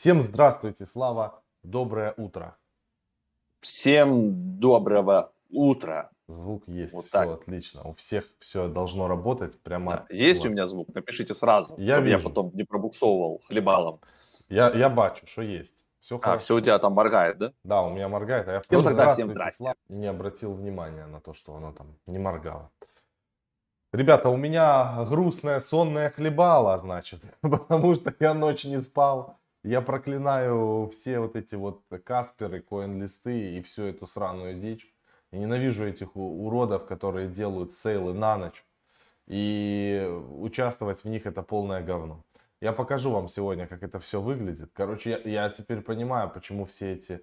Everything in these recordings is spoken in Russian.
Всем здравствуйте, Слава, доброе утро. Всем доброго утра. Звук есть, Вот все так. отлично. У всех все должно работать Да. прямо Есть у класс. меня звук? Напишите сразу, Я чтобы я вижу, потом не пробуксовывал хлебалом. я бачу, что есть. Все Все у хорошо. тебя там моргает, да? Да, у меня моргает, а я Ну второй тогда всем здравствуйте, Слава, здрасте. не обратил внимания на то, что оно там не моргало. Ребята, у меня грустная сонная хлебала, значит, потому что я ночь не спал. Я проклинаю все вот эти вот касперы, коин-листы и всю эту сраную дичь. Я ненавижу этих уродов, которые делают сейлы на ночь. И участвовать в них это полное говно. Я покажу вам сегодня, как это все выглядит. Короче, я теперь понимаю, почему все эти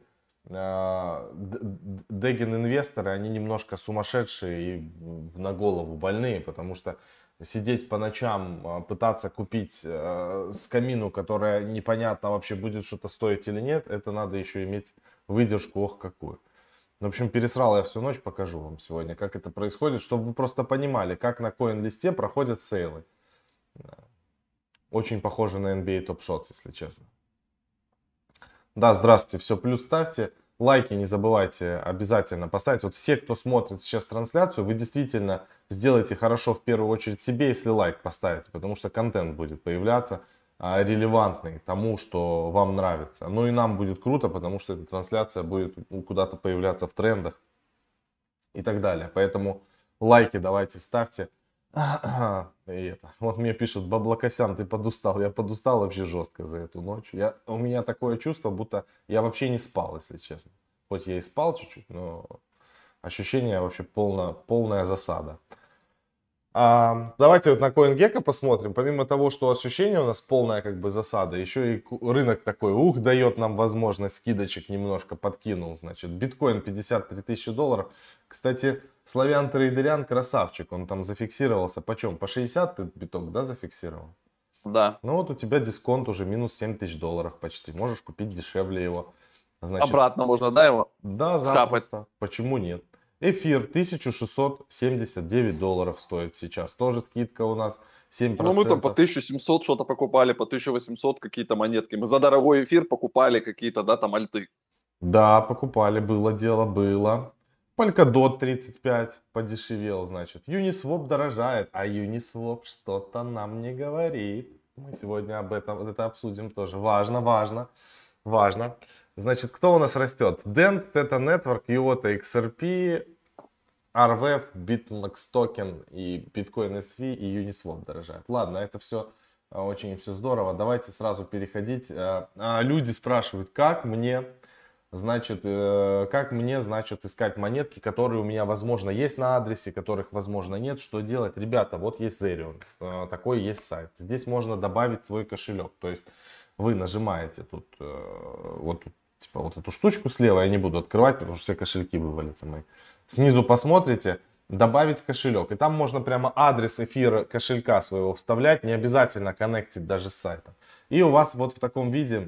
Дегин-инвесторы, они немножко сумасшедшие и на голову больные, потому что сидеть по ночам, пытаться купить скамину, которая непонятно вообще будет что-то стоить или нет, это надо еще иметь выдержку, ох какую. В общем, пересрал я всю ночь, покажу вам сегодня, как это происходит, чтобы вы просто понимали, как на коин-листе проходят сейлы. Очень похоже на NBA Top Shots, если честно. Да, здравствуйте, все, плюс ставьте. Лайки не забывайте обязательно поставить. Вот все, кто смотрит сейчас трансляцию, вы действительно сделайте хорошо в первую очередь себе, если лайк поставите, потому что контент будет появляться релевантный тому, что вам нравится. Ну и нам будет круто, потому что эта трансляция будет куда-то появляться в трендах и так далее. Поэтому лайки давайте ставьте. Вот мне пишут: Баблокосян, ты подустал. Я подустал вообще жестко за эту ночь. У меня такое чувство, будто я вообще не спал, если честно. Хоть я и спал чуть-чуть, но ощущение вообще полная засада. Давайте вот на CoinGecko посмотрим. Помимо того, что ощущение у нас полная как бы засада, еще и рынок такой, дает нам возможность скидочек немножко подкинул. Значит, биткоин 53 тысячи долларов. Кстати, Славян Трейдерян красавчик, он там зафиксировался почем? По 60 ты биток, да, зафиксировал? Да. Ну вот у тебя дисконт уже минус 7 тысяч долларов почти. Можешь купить дешевле его. Значит, Обратно можно, да, его да, схапать? запросто. Почему нет? Эфир 1679 долларов стоит сейчас. Тоже скидка у нас Ну, мы там по 7%. 1700 что-то покупали, по 1800 какие-то монетки. Мы за дорогой эфир покупали какие-то, да, там альты. Да, покупали, было дело, было. Polkadot 35 подешевел, значит. Uniswap дорожает, а Uniswap что-то нам не говорит. Мы сегодня об этом вот это обсудим тоже. Важно, важно, важно. Значит, кто у нас растет? Dent, Theta Network, IOTA XRP, RVF, BitMax Token и Bitcoin SV и Uniswap дорожают. Ладно, это все очень все здорово. Давайте сразу переходить. Люди спрашивают, как мне, значит, искать монетки, которые у меня, возможно, есть на адресе, которых, возможно, нет. Что делать? Ребята, вот есть Zerion, такой есть сайт. Здесь можно добавить свой кошелек. То есть вы нажимаете тут, вот тут, типа вот эту штучку слева, я не буду открывать, потому что все кошельки вывалятся мои. Снизу посмотрите, добавить кошелек. И там можно прямо адрес эфира кошелька своего вставлять, не обязательно коннектить даже с сайтом. И у вас вот в таком виде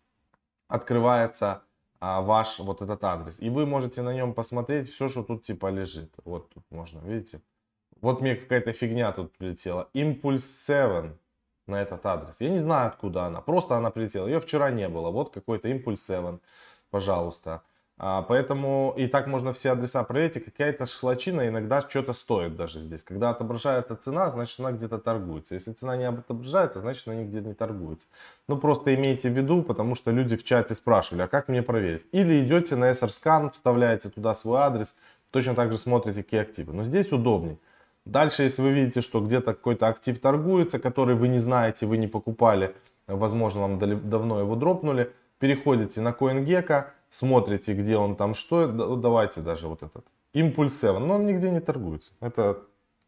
открывается ваш вот этот адрес. И вы можете на нем посмотреть все, что тут типа лежит. Вот тут можно, видите. Вот мне какая-то фигня тут прилетела. Impulse 7 на этот адрес. Я не знаю, откуда она. Просто она прилетела. Ее вчера не было. Вот какой-то Impulse 7. Пожалуйста. Поэтому и так можно все адреса проверить. И какая-то шлачина иногда что-то стоит даже здесь. Когда отображается цена, значит она где-то торгуется. Если цена не отображается, значит она нигде не торгуется. Ну просто имейте в виду, потому что люди в чате спрашивали, а как мне проверить? Или идете на SRScan, вставляете туда свой адрес, точно так же смотрите, какие активы. Но здесь удобнее. Дальше, если вы видите, что где-то какой-то актив торгуется, который вы не знаете, вы не покупали, возможно, вам давно его дропнули, переходите на CoinGecko, смотрите, где он там что. Давайте даже вот этот Impulse 7, но он нигде не торгуется. Это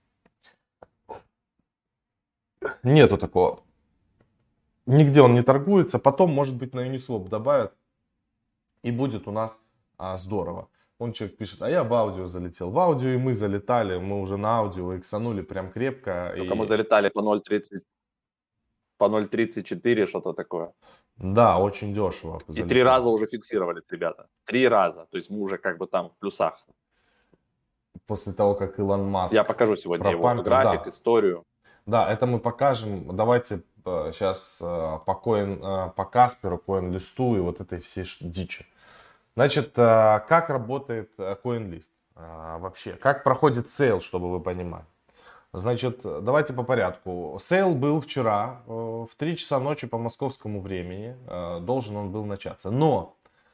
нету такого. Нигде он не торгуется. Потом, может быть, на Uniswap добавят. И будет у нас здорово. Он человек пишет, а я в аудио залетел. В аудио и мы залетали. Мы уже на аудио иксанули прям крепко. Только мы залетали по 0.30, по 0.34, что-то такое. Да, очень дешево. И 3 раза уже фиксировались, ребята. 3 раза. То есть мы уже как бы там в плюсах. После того, как Илон Маск Я покажу сегодня его пропампил, график, да. историю. Да, это мы покажем. Давайте сейчас по Касперу, CoinList'у и вот этой всей дичи. Значит, как работает CoinList вообще? Как проходит сейл, чтобы вы понимали? Значит, давайте по порядку. Сейл был вчера в 3 часа ночи по московскому времени. Должен он был начаться. Но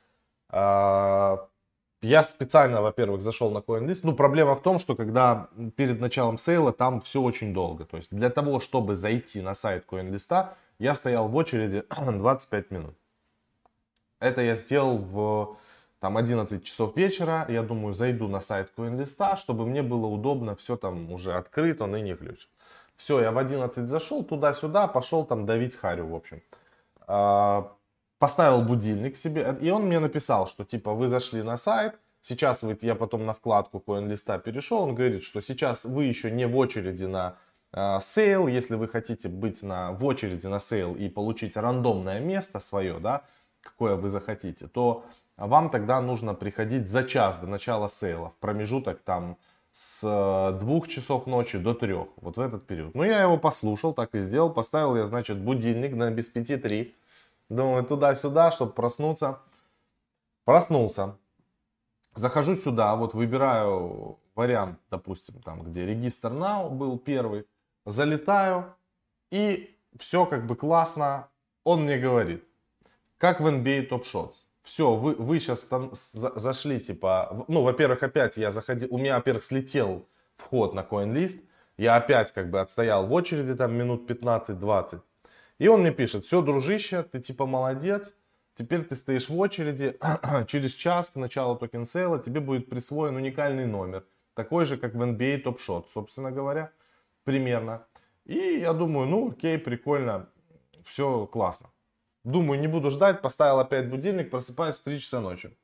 я специально, во-первых, зашел на CoinList. Ну, проблема в том, что когда перед началом сейла там все очень долго. То есть для того, чтобы зайти на сайт CoinList, я стоял в очереди 25 минут. Это я сделал в там 11 часов вечера. Я думаю, зайду на сайт CoinList, чтобы мне было удобно. Все там уже открыт, он и не ключ. Все, я в 11 зашел туда-сюда, пошел там давить харю, в общем. Поставил будильник себе, и он мне написал, что типа вы зашли на сайт, сейчас я потом на вкладку CoinList перешел, он говорит, что сейчас вы еще не в очереди на сейл, если вы хотите быть в очереди на сейл и получить рандомное место свое, да, какое вы захотите, то вам тогда нужно приходить за час до начала сейла, в промежуток там с 2 часов ночи до 3, вот в этот период. Ну я его послушал, так и сделал, поставил я, значит, будильник на без 5:03. Думаю, туда-сюда, чтобы проснуться. Проснулся. Захожу сюда, вот выбираю вариант, допустим, там, где регистр now был первый. Залетаю, и все как бы классно. Он мне говорит, как в NBA Top Shots. Все, вы сейчас зашли, типа, ну, во-первых, опять я заходил, у меня, во-первых, слетел вход на CoinList. Я опять как бы отстоял в очереди там минут 15-20. И он мне пишет, все, дружище, ты типа молодец, теперь ты стоишь в очереди, через час к началу токен сейла тебе будет присвоен уникальный номер, такой же, как в NBA Top Shot, собственно говоря, примерно. И я думаю, ну окей, прикольно, все классно. Думаю, не буду ждать, поставил опять будильник, просыпаюсь в 3 часа ночи.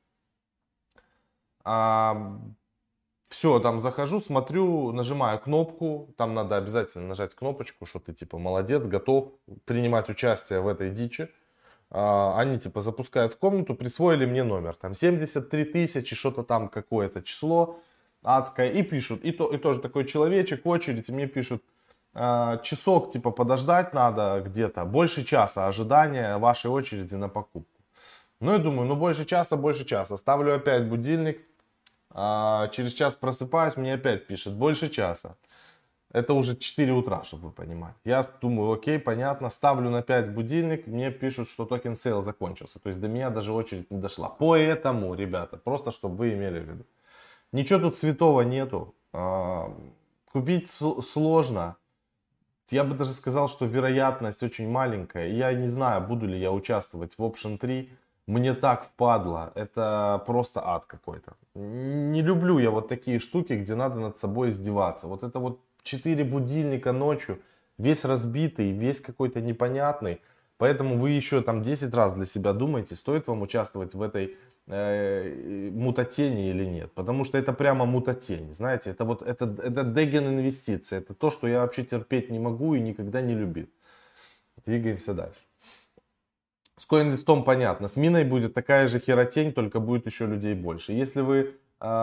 Все, там захожу, смотрю, нажимаю кнопку, там надо обязательно нажать кнопочку, что ты типа молодец, готов принимать участие в этой дичи. Они типа запускают в комнату, присвоили мне номер, там 73 тысячи, что-то там какое-то число адское, и пишут, и тоже такой человечек в очереди мне пишут, часок типа подождать надо где-то, больше часа ожидания вашей очереди на покупку. Ну и думаю, ну больше часа, ставлю опять будильник. Через час просыпаюсь, мне опять пишет, больше часа. Это уже 4 утра, чтобы вы понимали. Я думаю, окей, понятно, ставлю на 5 будильник, мне пишут, что токен сейл закончился. То есть до меня даже очередь не дошла. Поэтому, ребята, просто чтобы вы имели в виду. Ничего тут святого нету. Купить сложно. Я бы даже сказал, что вероятность очень маленькая. Я не знаю, буду ли я участвовать в Option 3. Мне так впадло, это просто ад какой-то. Не люблю я вот такие штуки, где надо над собой издеваться. Вот это вот 4 будильника ночью, весь разбитый, весь какой-то непонятный. Поэтому вы еще там 10 раз для себя думаете, стоит вам участвовать в этой мутатени или нет. Потому что это прямо мутатень, знаете, это деген инвестиции. Это то, что я вообще терпеть не могу и никогда не любил. Двигаемся дальше. С CoinList'ом понятно. С миной будет такая же херотень, только будет еще людей больше. Если вы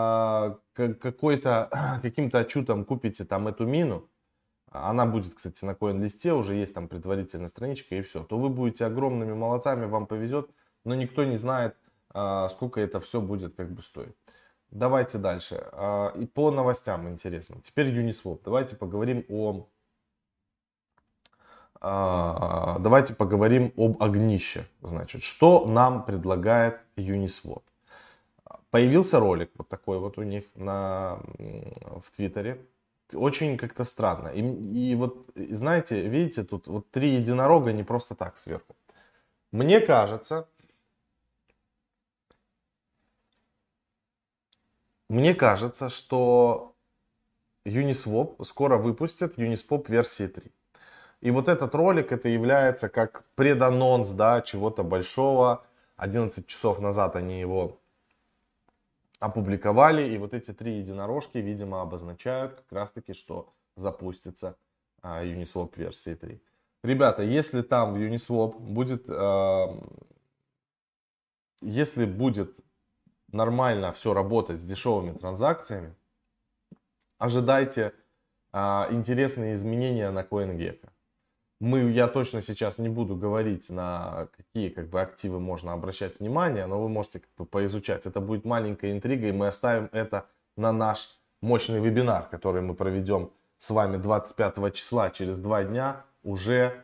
каким-то чудом купите там эту мину, она будет, кстати, на CoinList'е, уже есть там предварительная страничка и все, то вы будете огромными молодцами, вам повезет, но никто не знает, сколько это все будет как бы стоить. Давайте дальше. И по новостям интересным. Теперь Uniswap. Давайте поговорим об огнище. Значит, что нам предлагает Uniswap? Появился ролик вот такой вот у них в Твиттере. Очень как-то странно. И вот, знаете, видите, тут вот 3 единорога не просто так сверху. Мне кажется, что Uniswap скоро выпустят Uniswap версии 3. И вот этот ролик, это является как преданонс, да, чего-то большого. 11 часов назад они его опубликовали. И вот эти 3 единорожки, видимо, обозначают как раз-таки, что запустится Uniswap версии 3. Ребята, если там в Uniswap если будет нормально все работать с дешевыми транзакциями, ожидайте интересные изменения на CoinGecko. я точно сейчас не буду говорить, на какие как бы активы можно обращать внимание, но вы можете как бы поизучать. Это будет маленькая интрига, и мы оставим это на наш мощный вебинар, который мы проведем с вами 25 числа, через 2 дня. Уже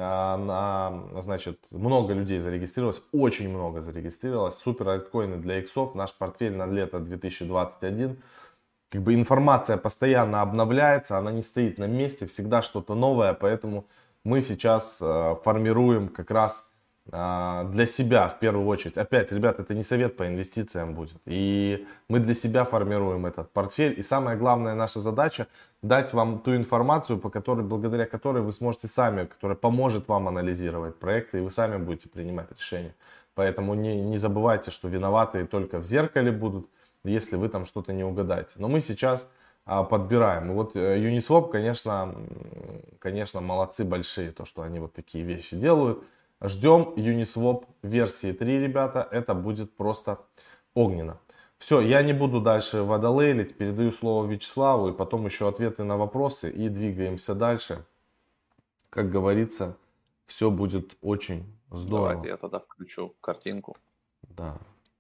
значит, много людей зарегистрировалось, очень много зарегистрировалось. Супер альткоины для иксов, наш портфель на лето 2021. Как бы информация постоянно обновляется, она не стоит на месте, всегда что-то новое, поэтому мы сейчас формируем как раз для себя в первую очередь. Опять, ребят, это не совет по инвестициям будет. И мы для себя формируем этот портфель. И самая главная наша задача дать вам ту информацию, благодаря которой вы сможете сами, которая поможет вам анализировать проекты, и вы сами будете принимать решения. Поэтому не забывайте, что виноватые только в зеркале будут, если вы там что-то не угадаете. Но мы сейчас подбираем. И вот Uniswap, конечно, молодцы большие, то, что они вот такие вещи делают. Ждем Uniswap версии 3, ребята. Это будет просто огненно. Все, я не буду дальше водолейлить. Передаю слово Вячеславу. И потом еще ответы на вопросы. И двигаемся дальше. Как говорится, все будет очень здорово. Давайте я тогда включу картинку. Да.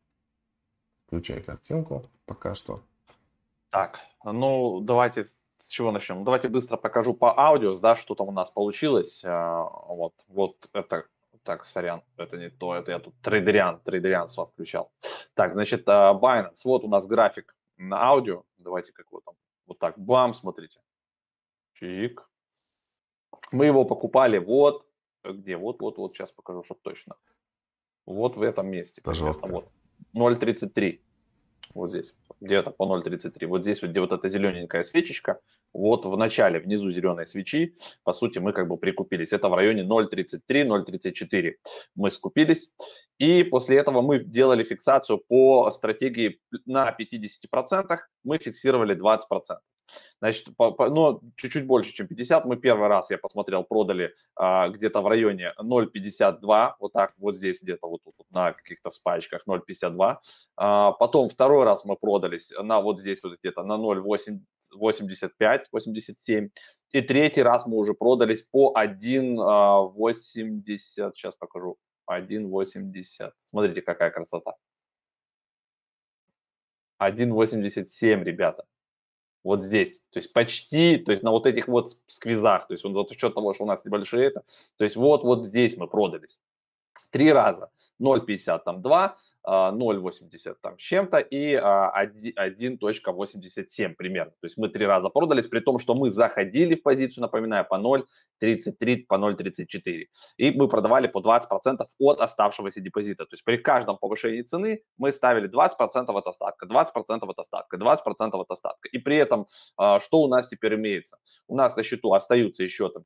Включай картинку пока что. Так, ну давайте с чего начнем? Давайте быстро покажу по аудио, да, что там у нас получилось. Вот это, так, сорян, это не то, это я тут трейдериан включал. Так, значит, Binance, вот у нас график на аудио. Давайте как вот там, вот так, бам, смотрите. Чик. Мы его покупали вот, где, вот, сейчас покажу, чтобы точно. Вот в этом месте, Это примерно, жестко. вот, 0.33. Вот здесь, где-то по 0.33. Вот здесь вот, где вот эта зелененькая свечечка, вот в начале, внизу зеленой свечи, по сути, мы как бы прикупились. Это в районе 0.33, 0.34 мы скупились. И после этого мы делали фиксацию по стратегии на 50%, мы фиксировали 20%. Значит, ну, чуть-чуть больше, чем 50. Мы первый раз, я посмотрел, продали где-то в районе 0,52. Вот так, вот здесь где-то вот тут на каких-то спаечках 0,52. Потом второй раз мы продались на вот здесь вот где-то на 0,85, 87. И третий раз мы уже продались по 1,80. Сейчас покажу. 1,80. Смотрите, какая красота. 1,87, ребята. Вот здесь, то есть почти, то есть на вот этих вот сквизах, то есть он за счет того, что у нас небольшие это, то есть вот здесь мы продались 3 раза, 0,50 там 2, 0,80 там с чем-то и 1,87 примерно. То есть мы 3 раза продались, при том, что мы заходили в позицию, напоминаю, по 0,33, по 0,34. И мы продавали по 20% от оставшегося депозита. То есть при каждом повышении цены мы ставили 20% от остатка, 20% от остатка, 20% от остатка. И при этом что у нас теперь имеется? У нас на счету остаются еще там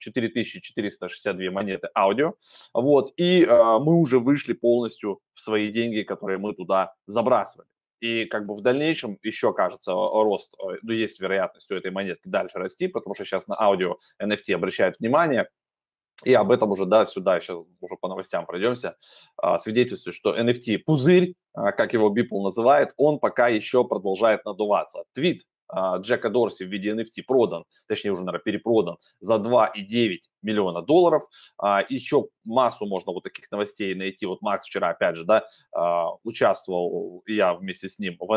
4462 монеты аудио. Вот, и мы уже вышли полностью в свои деньги, которые мы туда забрасывали. И как бы в дальнейшем еще, кажется, рост, ну, есть вероятность у этой монетки дальше расти, потому что сейчас на аудио NFT обращают внимание, и об этом уже, да, сюда сейчас уже по новостям пройдемся, свидетельствует, что NFT пузырь, как его Beeple называет, он пока еще продолжает надуваться. Твит Джека Дорси в виде NFT продан, точнее уже, наверное, перепродан за 2,9 миллиона долларов. Еще массу можно вот таких новостей найти. Вот Макс вчера, опять же, да, участвовал, я вместе с ним,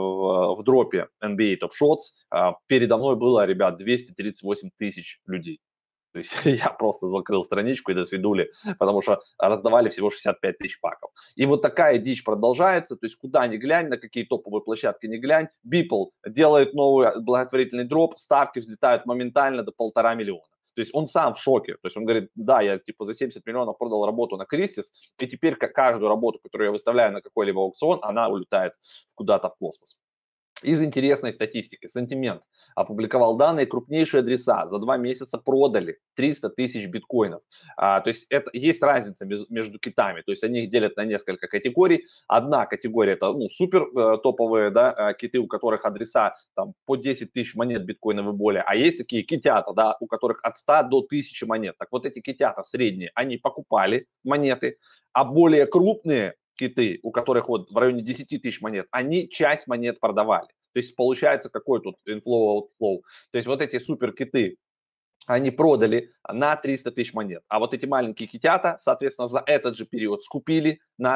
в дропе NBA Top Shots. Передо мной было, ребят, 238 тысяч людей. То есть я просто закрыл страничку и до свидули, потому что раздавали всего 65 тысяч паков. И вот такая дичь продолжается, то есть куда ни глянь, на какие топовые площадки ни глянь, Beeple делает новый благотворительный дроп, ставки взлетают моментально до 1,5 миллиона. То есть он сам в шоке. То есть он говорит, да, я типа за 70 миллионов продал работу на Кристис, и теперь каждую работу, которую я выставляю на какой-либо аукцион, она улетает куда-то в космос. Из интересной статистики, Sentiment опубликовал данные, крупнейшие адреса за 2 месяца продали 300 тысяч биткоинов. То есть это, есть разница между китами, то есть они их делят на несколько категорий. Одна категория это супер топовые, да, киты, у которых адреса там, по 10 тысяч монет биткоинов и более, а есть такие китята, да, у которых от 100 до 1000 монет. Так вот эти китята средние, они покупали монеты, а более крупные киты, у которых вот в районе 10 тысяч монет, они часть монет продавали. То есть получается какой тут inflow, outflow. То есть вот эти супер киты, они продали на 300 тысяч монет. А вот эти маленькие китята, соответственно, за этот же период скупили на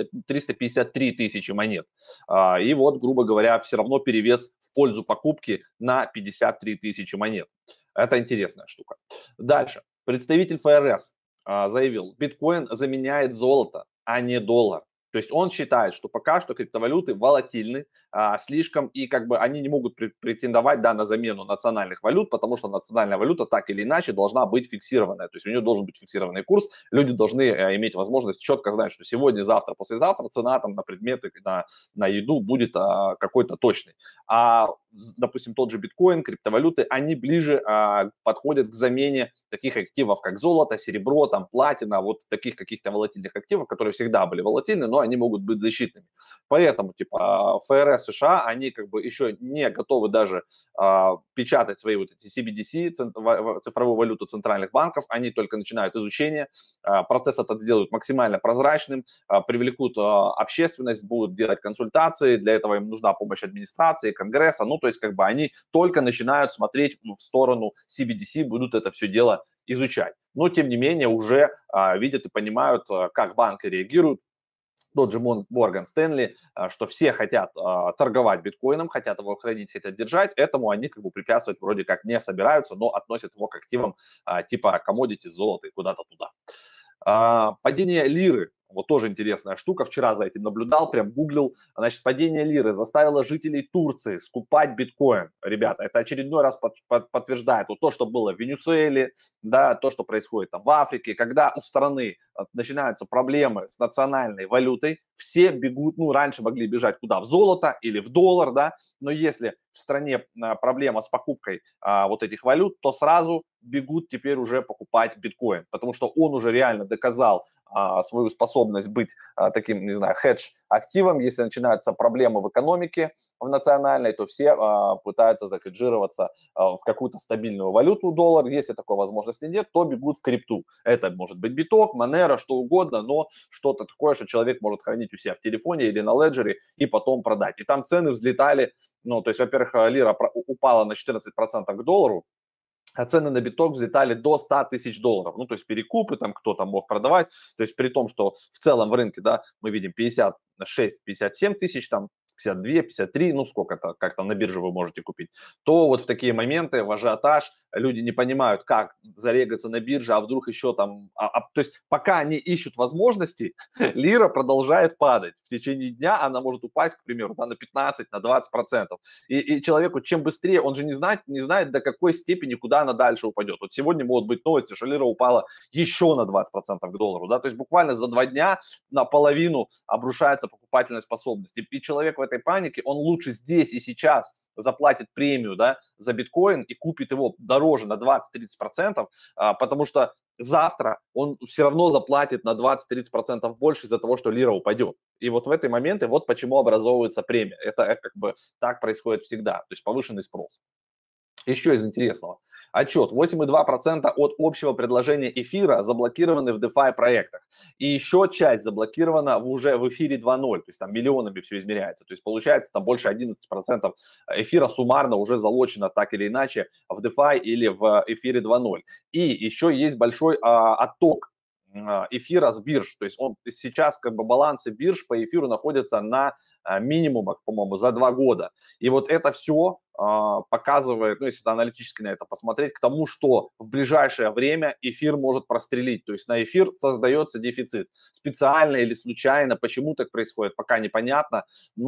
353 тысячи монет. И вот, грубо говоря, все равно перевес в пользу покупки на 53 тысячи монет. Это интересная штука. Дальше. Представитель ФРС заявил, биткоин заменяет золото, а не доллар. То есть он считает, что пока что криптовалюты волатильны слишком, и как бы они не могут претендовать на замену национальных валют, потому что национальная валюта так или иначе должна быть фиксированная. То есть у нее должен быть фиксированный курс, люди должны иметь возможность четко знать, что сегодня, завтра, послезавтра цена там на предметы, на еду будет какой-то точной. А, допустим, тот же биткоин, криптовалюты, они ближе подходят к замене таких активов, как золото, серебро, там, платина, вот таких каких-то волатильных активов, которые всегда были волатильны, но они могут быть защитными. Поэтому, типа, ФРС США, они как бы еще не готовы даже печатать свои вот эти CBDC, цифровую валюту центральных банков, они только начинают изучение, процесс этот сделают максимально прозрачным, привлекут общественность, будут делать консультации, для этого им нужна помощь администрации, Конгресса, ну, то есть как бы они только начинают смотреть в сторону CBDC, будут это все дело изучать. Но, тем не менее, уже видят и понимают, как банки реагируют. Тот же Морган Стэнли, что все хотят торговать биткоином, хотят его хранить, хотят держать, этому они как бы препятствовать вроде как не собираются, но относят его к активам типа commodity, золота и куда-то туда. Падение лиры. Вот тоже интересная штука. Вчера за этим наблюдал, прям гуглил. Значит, падение лиры заставило жителей Турции скупать биткоин. Ребята, это очередной раз подтверждает вот то, что было в Венесуэле, да, то, что происходит там в Африке. Когда у страны начинаются проблемы с национальной валютой, все бегут, ну, раньше могли бежать куда? В золото или в доллар, да, но если в стране проблема с покупкой вот этих валют, то сразу бегут теперь уже покупать биткоин, потому что он уже реально доказал свою способность быть таким, не знаю, хедж-активом. Если начинаются проблемы в экономике, в национальной, то все пытаются захеджироваться в какую-то стабильную валюту, доллар. Если такой возможности нет, то бегут в крипту. Это может быть биток, Monero, что угодно, но что-то такое, что человек может хранить у себя в телефоне или на леджере и потом продать. И там цены взлетали, ну, то есть, во-первых, лира упала на 14% к доллару, а цены на биток взлетали до 100 тысяч долларов. Ну, то есть перекупы, там кто-то мог продавать. То есть при том, что в целом в рынке, да, мы видим 56-57 тысяч, там 52, 53, ну сколько-то, как там на бирже вы можете купить, то вот в такие моменты, в ажиотаж, люди не понимают, как зарегаться на бирже, а вдруг еще там, то есть пока они ищут возможности, лира продолжает падать. В течение дня она может упасть, к примеру, да, на 15, на 20%. И человеку, чем быстрее, он же не знает до какой степени, куда она дальше упадет. Вот сегодня могут быть новости, что лира упала еще на 20% к доллару, да, то есть буквально за 2 дня наполовину обрушается покупательная способность. И человек в этой панике, он лучше здесь и сейчас заплатит премию, да, за биткоин и купит его дороже на 20-30%, потому что завтра он все равно заплатит на 20-30% больше из-за того, что лира упадет. И вот в эти моменты вот почему образовывается премия. Это как бы так происходит всегда, то есть повышенный спрос. Еще из интересного. Отчет. 8,2% от общего предложения эфира заблокированы в DeFi проектах. И еще часть заблокирована уже в эфире 2.0. То есть там миллионами все измеряется. То есть получается там больше 11% эфира суммарно уже залочено так или иначе в DeFi или в эфире 2.0. И еще есть большой отток эфира с бирж. То есть он сейчас как бы балансы бирж по эфиру находятся на минимумах, по-моему, за 2 года. И вот это все показывает, ну, если аналитически на это посмотреть, к тому, что в ближайшее время эфир может прострелить. То есть на эфир создается дефицит. Специально или случайно, почему так происходит, пока непонятно,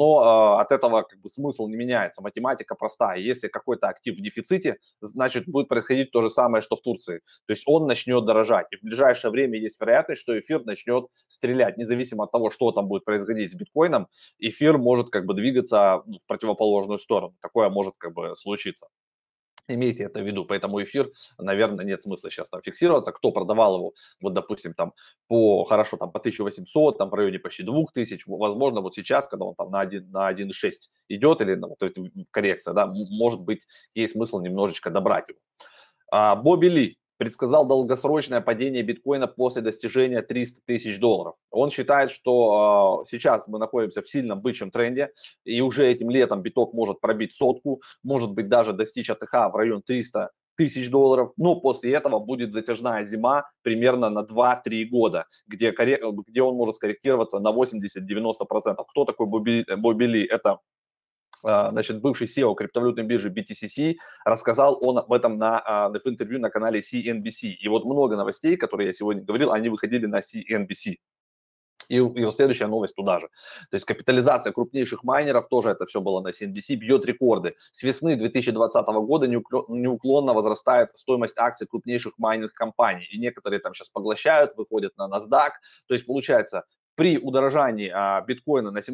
но от этого как бы смысл не меняется. Математика простая. Если какой-то актив в дефиците, значит будет происходить то же самое, что в Турции. То есть он начнет дорожать. И в ближайшее время есть вероятность, что эфир начнет стрелять. Независимо от того, что там будет происходить с биткоином, эфир может как бы двигаться в противоположную сторону. Такое может как бы случиться. Имейте это в виду, поэтому эфир, наверное, нет смысла сейчас там фиксироваться. Кто продавал его, вот, допустим, там хорошо, там по 1800, там в районе почти 2000, возможно, вот сейчас, когда он там на 1,6 идет, или вот эта коррекция, да, может быть, есть смысл немножечко добрать его. Бобби Ли предсказал долгосрочное падение биткоина после достижения 300 тысяч долларов. Он считает, что сейчас мы находимся в сильном бычьем тренде, и уже этим летом биток может пробить 100, может быть даже достичь АТХ в район 300 тысяч долларов, но после этого будет затяжная зима примерно на 2-3 года, где он может скорректироваться на 80-90%. Кто такой Бобби Ли? Это значит, бывший SEO криптовалютной биржи BTCC, рассказал он об этом в интервью на канале CNBC. И вот много новостей, которые я сегодня говорил, они выходили на CNBC. И следующая новость туда же. То есть капитализация крупнейших майнеров, тоже это все было на CNBC, бьет рекорды. С весны 2020 года неуклонно возрастает стоимость акций крупнейших майнинг компаний. И некоторые там сейчас поглощают, выходят на NASDAQ. То есть получается, при удорожании биткоина на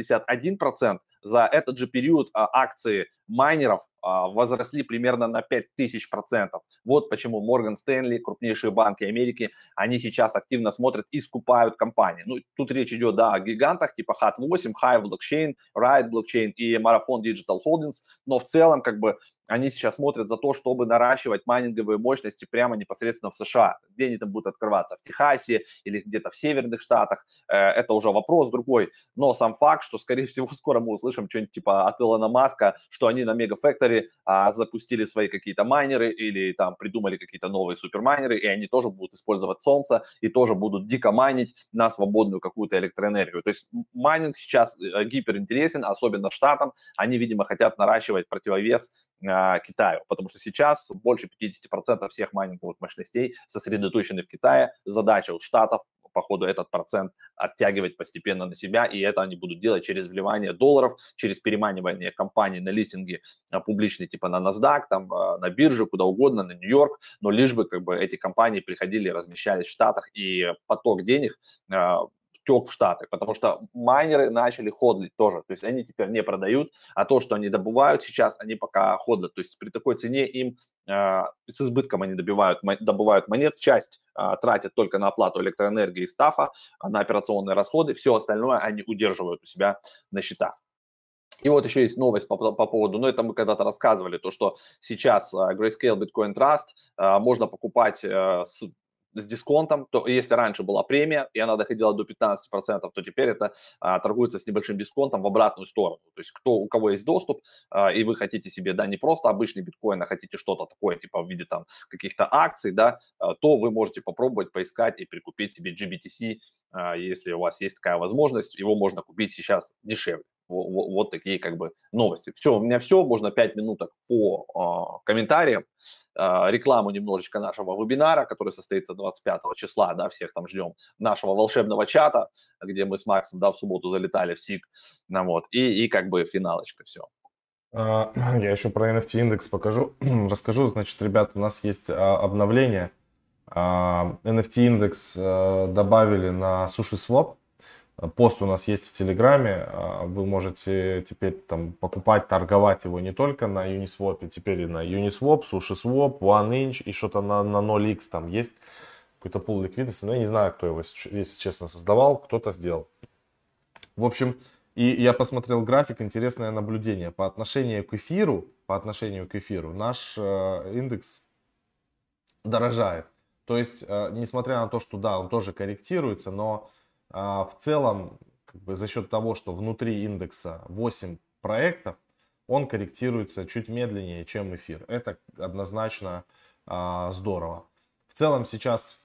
761% за этот же период акции майнеров возросли примерно на 5000%. Вот почему Морган Стэнли, крупнейшие банки Америки, они сейчас активно смотрят и скупают компании. Ну, тут речь идет, да, о гигантах типа HAT8, Hive Blockchain, Riot Blockchain и Marathon Digital Holdings, но в целом как бы они сейчас смотрят за то, чтобы наращивать майнинговые мощности прямо непосредственно в США. Где они там будут открываться? В Техасе или где-то в северных штатах? Это уже вопрос другой. Но сам факт, что, скорее всего, скоро мы услышим что-нибудь типа от Илона Маска, что они на Mega запустили свои какие-то майнеры или там придумали какие-то новые супермайнеры, и они тоже будут использовать солнце и тоже будут дико майнить на свободную какую-то электроэнергию. То есть майнинг сейчас гиперинтересен, особенно штатам. Они, видимо, хотят наращивать противовес Китаю, потому что сейчас больше 50% всех майнинговых мощностей сосредоточены в Китае. Задача у штатов по ходу этот процент оттягивать постепенно на себя, и это они будут делать через вливание долларов, через переманивание компаний на листинги публичные, типа на NASDAQ, там, на бирже, куда угодно, на Нью-Йорк, но лишь бы как бы эти компании приходили и размещались в Штатах, и поток денег тек в Штаты, потому что майнеры начали ходлить тоже, то есть они теперь не продают, а то, что они добывают сейчас, они пока ходлят, то есть при такой цене им с избытком они добывают монет, часть тратят только на оплату электроэнергии и стафа, на операционные расходы, все остальное они удерживают у себя на счетах. И вот еще есть новость по поводу, ну это мы когда-то рассказывали, то что сейчас Grayscale Bitcoin Trust можно покупать с дисконтом, то если раньше была премия, и она доходила до 15%, то теперь это торгуется с небольшим дисконтом в обратную сторону. То есть у кого есть доступ, и вы хотите себе, да, не просто обычный биткоин, а хотите что-то такое, типа в виде там каких-то акций, да, то вы можете попробовать поискать и прикупить себе GBTC, если у вас есть такая возможность, его можно купить сейчас дешевле. Вот такие как бы новости. Все, у меня все, можно 5 минуток по комментариям. Рекламу немножечко нашего вебинара, который состоится 25 числа, да, всех там ждем, нашего волшебного чата, где мы с Максом, да, в субботу залетали в СИК, ну, вот, и как бы финалочка, все. Я еще про NFT индекс покажу, расскажу. Значит, ребят, у нас есть обновление. NFT индекс добавили на SushiSwap. Пост у нас есть в Телеграме, вы можете теперь там покупать, торговать его не только на Uniswap, теперь и на Uniswap, SushiSwap, OneInch и что-то на 0x там есть, какой-то пул ликвидности, но я не знаю, кто его, если честно, создавал, кто-то сделал. В общем, и я посмотрел график, интересное наблюдение. По отношению к эфиру наш индекс дорожает. То есть, несмотря на то, что да, он тоже корректируется, но в целом, как бы за счет того, что внутри индекса 8 проектов, он корректируется чуть медленнее, чем эфир. Это однозначно здорово. В целом сейчас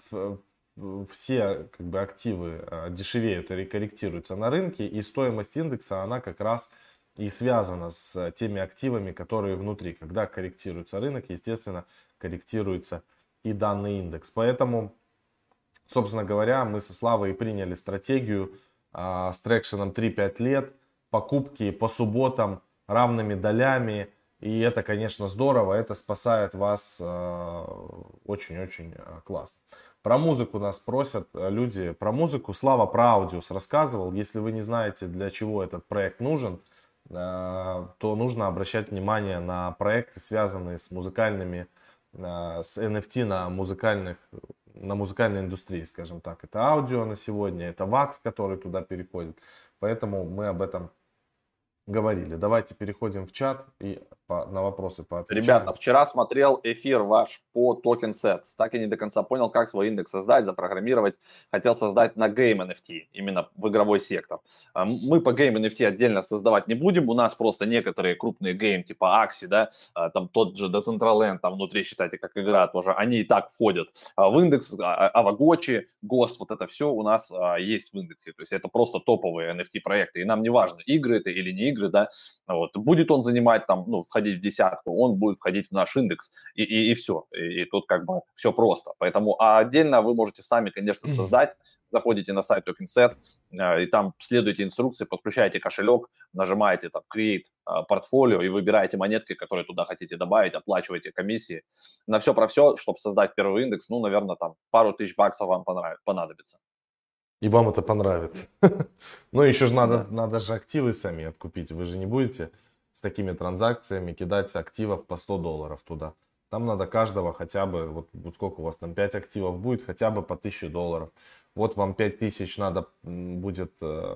все как бы активы дешевеют и корректируются на рынке, и стоимость индекса, она как раз и связана с теми активами, которые внутри. Когда корректируется рынок, естественно, корректируется и данный индекс. Поэтому, собственно говоря, мы со Славой приняли стратегию с трекшеном 3-5 лет, покупки по субботам равными долями. И это, конечно, здорово, это спасает вас очень-очень классно. Про музыку нас просят люди, про музыку. Слава про Аудиус рассказывал. Если вы не знаете, для чего этот проект нужен, то нужно обращать внимание на проекты, связанные с музыкальными, с NFT на музыкальной индустрии, скажем так. Это аудио на сегодня, это Wax, который туда переходит. Поэтому мы об этом говорили. Давайте переходим в чат и на вопросы Ребята, поотвечаем. вчера смотрел эфир ваш по токен Sets. Так и не до конца понял, как свой индекс создать, запрограммировать. Хотел создать на Game NFT, именно в игровой сектор. Мы по Game NFT отдельно создавать не будем. У нас просто некоторые крупные гейм, типа Axie, да, там тот же Decentraland, там внутри, считайте, как игра тоже, они и так входят в индекс. Авагочи, Ghost, вот это все у нас есть в индексе. То есть это просто топовые NFT проекты. И нам не важно, игры это или не игры, да. Вот. Будет он занимать там, ну, входить в десятку, он будет входить в наш индекс, и все. И тут как бы все просто. Поэтому, а отдельно вы можете сами, конечно, создать. Заходите на сайт TokenSet, и там следуйте инструкции, подключаете кошелек, нажимаете там Create портфолио и выбираете монетки, которые туда хотите добавить, оплачиваете комиссии. На все про все, чтобы создать первый индекс, ну, наверное, там пару тысяч баксов вам понадобится. И вам это понравится. Ну, еще же Да. надо же активы сами откупить. Вы же не будете с такими транзакциями кидать активов по $100 туда. Там надо каждого хотя бы, вот сколько у вас там, 5 активов будет, хотя бы по $1000. Вот вам 5000 надо будет,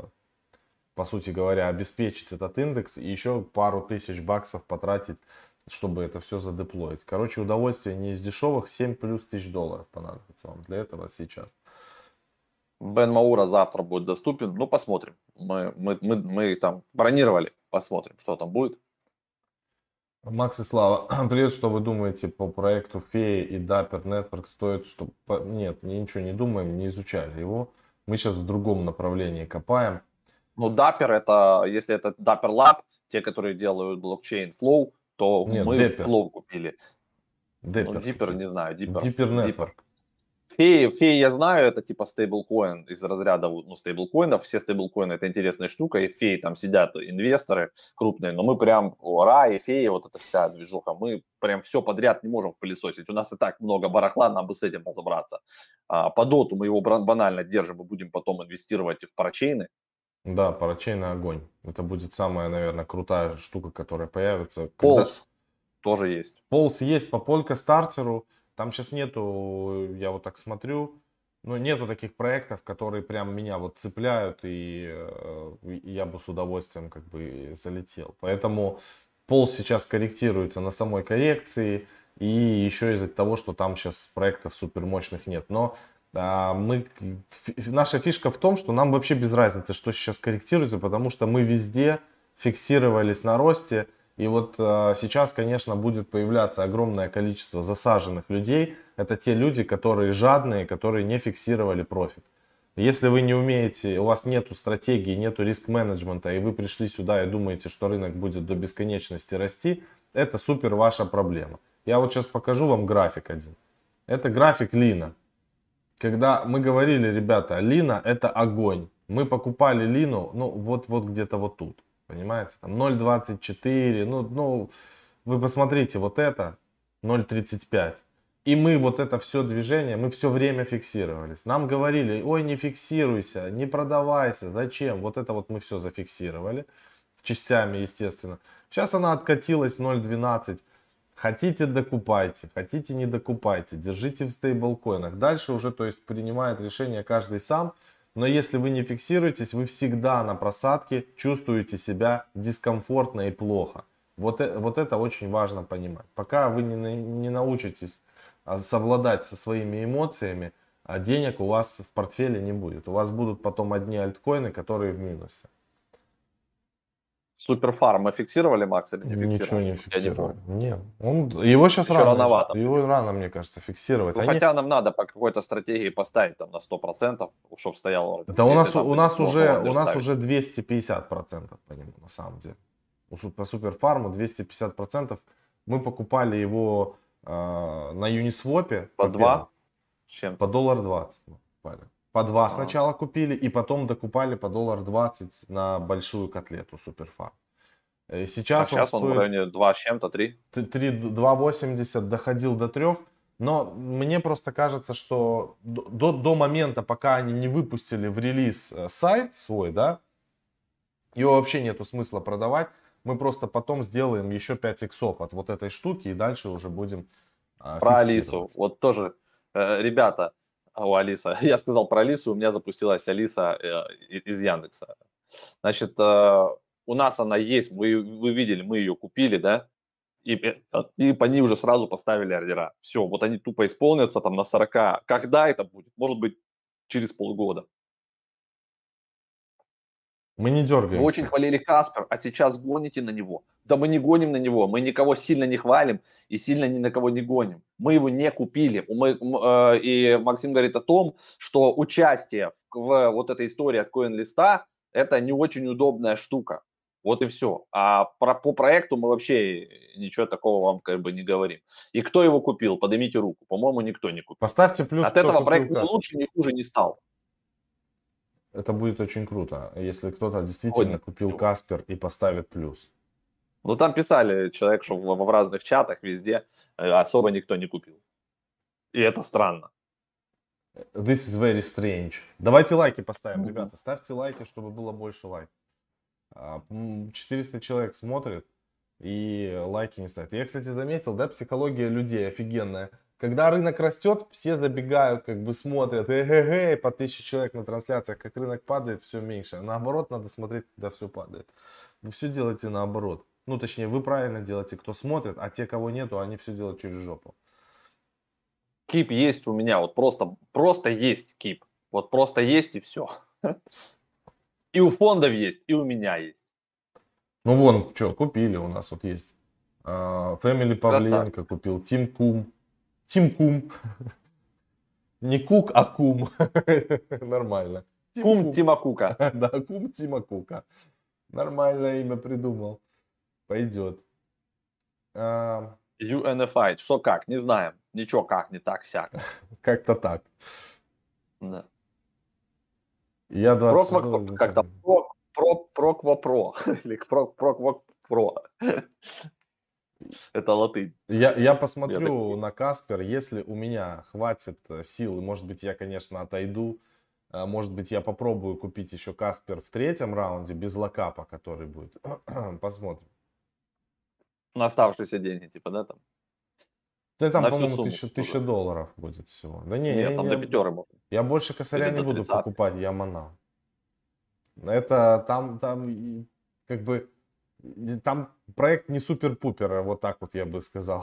по сути говоря, обеспечить этот индекс и еще пару тысяч баксов потратить, чтобы это все задеплоить. Короче, удовольствие не из дешевых, 7 плюс тысяч долларов понадобится вам для этого сейчас. Бен Маура завтра будет доступен. Ну, посмотрим. Мы там бронировали. Посмотрим, что там будет. Макс и Слава, привет, что вы думаете по проекту Феи и Dapper Network стоит, что... Нет, ничего не думаем, не изучали его. Мы сейчас в другом направлении копаем. Ну, Dapper это, если это Dapper Lab, те, которые делают блокчейн Flow, то Нет, мы Депер. Flow купили. Ну, Депер Dipper, купили. не знаю, Dipper. Dipper Network. Феи я знаю, это типа стейблкоин из разряда, ну, стейблкоинов. Все стейблкоины это интересная штука, и в Феи там сидят инвесторы крупные, но мы прям, Ра и Феи, вот эта вся движуха, мы прям все подряд не можем впылесосить. У нас и так много барахла, нам бы с этим разобраться. По доту мы его банально держим, мы будем потом инвестировать в парачейны. Да, парачейный огонь. Это будет самая, наверное, крутая штука, которая появится. Когда Полз тоже есть. Полз есть по Полька стартеру, там сейчас нету, я вот так смотрю, ну, нету таких проектов, которые прям меня вот цепляют, и я бы с удовольствием как бы залетел. Поэтому Полз сейчас корректируется на самой коррекции, и еще из-за того, что там сейчас проектов супер мощных нет. Но наша фишка в том, что нам вообще без разницы, что сейчас корректируется, потому что мы везде фиксировались на росте. И вот сейчас, конечно, будет появляться огромное количество засаженных людей. Это те люди, которые жадные, которые не фиксировали профит. Если вы не умеете, у вас нету стратегии, нету риск-менеджмента, и вы пришли сюда и думаете, что рынок будет до бесконечности расти, это супер ваша проблема. Я вот сейчас покажу вам график один. Это график Лина. Когда мы говорили, ребята, Лина это огонь. Мы покупали Лину, ну вот где-то вот тут. Понимаете? Там 0.24, ну, вы посмотрите, вот это 0.35. И мы вот это все движение, мы все время фиксировались. Нам говорили, ой, не фиксируйся, не продавайся, зачем? Вот это вот мы все зафиксировали, частями, естественно. Сейчас она откатилась 0.12. Хотите докупайте, хотите не докупайте, держите в стейблкоинах. Дальше уже, то есть, принимает решение каждый сам. Но если вы не фиксируетесь, вы всегда на просадке чувствуете себя дискомфортно и плохо. Вот это очень важно понимать. Пока вы не научитесь совладать со своими эмоциями, денег у вас в портфеле не будет. У вас будут потом одни альткоины, которые в минусе. Суперфарм мы фиксировали, Макс, или не Ничего фиксировали? не Я не фиксировали. помню. Нет. Его сейчас Еще рановато. Его рано, мне кажется, фиксировать. Ну, хотя нам надо по какой-то стратегии поставить там на 100%, чтобы стоял ордер. Да Если там у будет нас можно ордер у нас ставить. уже 250% по нему, на самом деле. По суперфарму 250%. Мы покупали его на Uniswap По 2 с по чем-то. $1.20 мы покупали. По 2 А. сначала купили, и потом докупали по $1.20 на большую котлету суперфарм. А Сейчас сейчас он в районе 2 с чем-то, 3. 2.80 доходил до 3. Но мне просто кажется, что до момента, пока они не выпустили в релиз сайт свой, да, его вообще нету смысла продавать. Мы просто потом сделаем еще 5 иксов от вот этой штуки и дальше уже будем Про Алису. фиксировать. Вот тоже, ребята, Алиса. Я сказал про Алису, у меня запустилась Алиса из Яндекса. Значит, у нас она есть, вы видели, мы ее купили, да, и по ней уже сразу поставили ордера. Все, вот они тупо исполнятся там на 40. Когда это будет? Может быть, через полгода. Мы не Вы очень дергаемся. хвалили Каспер, а сейчас гоните на него. Да мы не гоним на него, мы никого сильно не хвалим и сильно ни на кого не гоним. Мы его не купили. И Максим говорит о том, что участие в вот этой истории от CoinList'а это не очень удобная штука. Вот и все. А по проекту мы вообще ничего такого вам как бы не говорим. И кто его купил? Поднимите руку. По-моему, никто не купил. Поставьте плюс, От кто этого купил проект ни Каспер. лучше, ни хуже не стал. Это будет очень круто, если кто-то действительно Сегодня. купил Каспер и поставит плюс. Ну, там писали человек, что в разных чатах везде особо никто не купил. И это странно. This is very strange. Давайте лайки поставим, ребята. Ставьте лайки, чтобы было больше лайков. 400 человек смотрит и лайки не ставят. Я, кстати, заметил, да, психология людей офигенная. Когда рынок растет, все забегают, как бы смотрят, по 1000 человек на трансляциях, как рынок падает, все меньше. А наоборот, надо смотреть, когда все падает. Вы все делаете наоборот. Ну, точнее, вы правильно делаете, кто смотрит, а те, кого нету, они все делают через жопу. Кип есть у меня, вот просто есть кип. Вот просто есть и все. И у фондов есть, и у меня есть. Ну, вон, что, купили у нас, вот есть. Family Павленко купил, Тим Кум. Тим Кум. Не Кук, а Кум. Нормально. Кум Тима Кука. Да, Кум Тима Кука. Нормальное имя придумал. Пойдет. UNFI. Что как? Не знаем. Ничего как, не так, сяк. Как-то так. Да. Я 20... Как-то Проквопро. Или Проквопро. Это латынь. Я посмотрю на Каспер, если у меня хватит сил, может быть, я, конечно, отойду. Может быть, я попробую купить еще Каспер в 3-м раунде без локапа, который будет. Посмотрим. На оставшиеся деньги, типа, да, там? Да там, На всю по-моему, сумму. 1000 долларов будет всего. Да не, Нет, там до 5 можно. я больше косаря Или не до буду 30. покупать, я манал. Это там как бы, там проект не супер-пупер, вот так вот я бы сказал.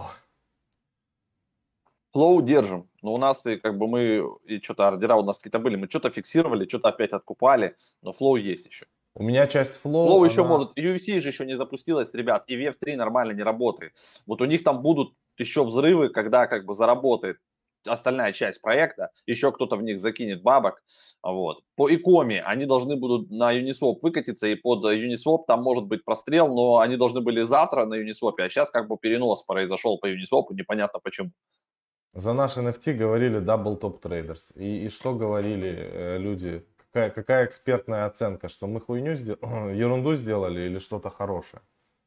Флоу держим, но у нас и как бы мы, и что-то ордера у нас какие-то были, мы что-то фиксировали, что-то опять откупали, но флоу есть еще. У меня часть Флоу Flow, еще она... может, UFC же еще не запустилась, ребят, и VF3 нормально не работает. Вот у них там будут еще взрывы, когда как бы заработает остальная часть проекта, еще кто-то в них закинет бабок, вот. По икоме они должны будут на Uniswap выкатиться, и под Uniswap там может быть прострел, но они должны были завтра на Uniswap, а сейчас как бы перенос произошел по Uniswap, непонятно почему. За наш NFT говорили Double Top Traders. И что говорили люди? Какая экспертная оценка? Что мы хуйню ерунду сделали или что-то хорошее?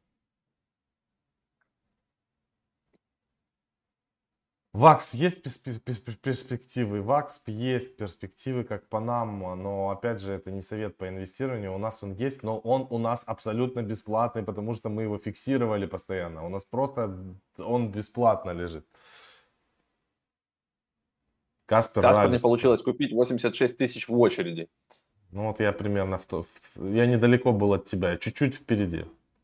ВАКС есть перспективы, ВАКС есть перспективы как по нам, но опять же это не совет по инвестированию, у нас он есть, но он у нас абсолютно бесплатный, потому что мы его фиксировали постоянно, у нас просто он бесплатно лежит. Каспер не получилось купить, 86 тысяч в очереди. Ну вот я примерно я недалеко был от тебя, чуть-чуть впереди.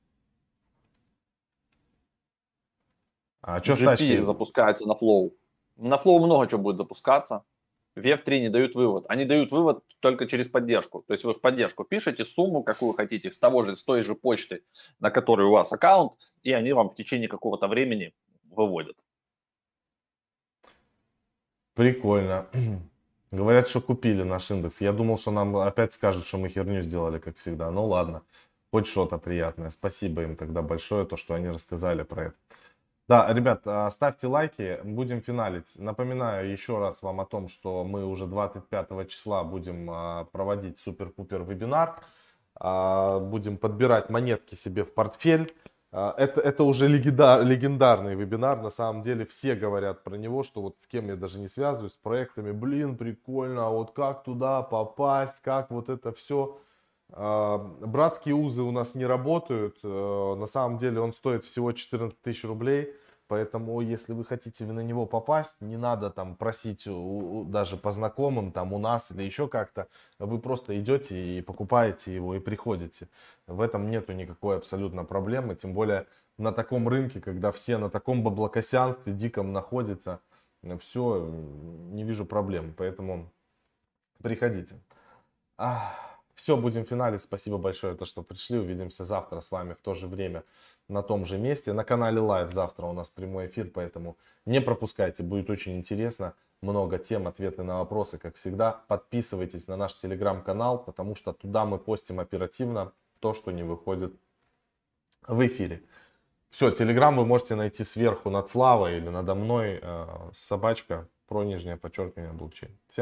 А что с тачкой? Запускается на Flow. На Flow много чего будет запускаться. VF3 не дают вывод. Они дают вывод только через поддержку. То есть вы в поддержку пишете сумму, какую хотите, с той же почты, на которой у вас аккаунт, и они вам в течение какого-то времени выводят. Прикольно. Говорят, что купили наш индекс. Я думал, что нам опять скажут, что мы херню сделали, как всегда. Ну ладно, хоть что-то приятное. Спасибо им тогда большое, то, что они рассказали про это. Да, ребят, ставьте лайки, будем финалить. Напоминаю еще раз вам о том, что мы уже 25 числа будем проводить супер-пупер вебинар. Будем подбирать монетки себе в портфель. Это уже легендарный вебинар, на самом деле все говорят про него, что вот с кем я даже не связываюсь, с проектами, блин, прикольно, а вот как туда попасть, как вот это все. Братские узы у нас не работают, на самом деле он стоит всего 14 тысяч рублей, Поэтому, если вы хотите на него попасть, не надо там просить даже по знакомым, там у нас или еще как-то. Вы просто идете и покупаете его и приходите. В этом нету никакой абсолютно проблемы. Тем более на таком рынке, когда все на таком баблокосянстве диком находятся, все, не вижу проблем. Поэтому приходите. Все, будем финалить. Спасибо большое, что пришли. Увидимся завтра с вами в то же время на том же месте. На канале Live завтра у нас прямой эфир, поэтому не пропускайте. Будет очень интересно. Много тем, ответы на вопросы, как всегда. Подписывайтесь на наш телеграм-канал, потому что туда мы постим оперативно то, что не выходит в эфире. Все, телеграм вы можете найти сверху над Славой или надо мной. Собачка, _блокчейн. Всем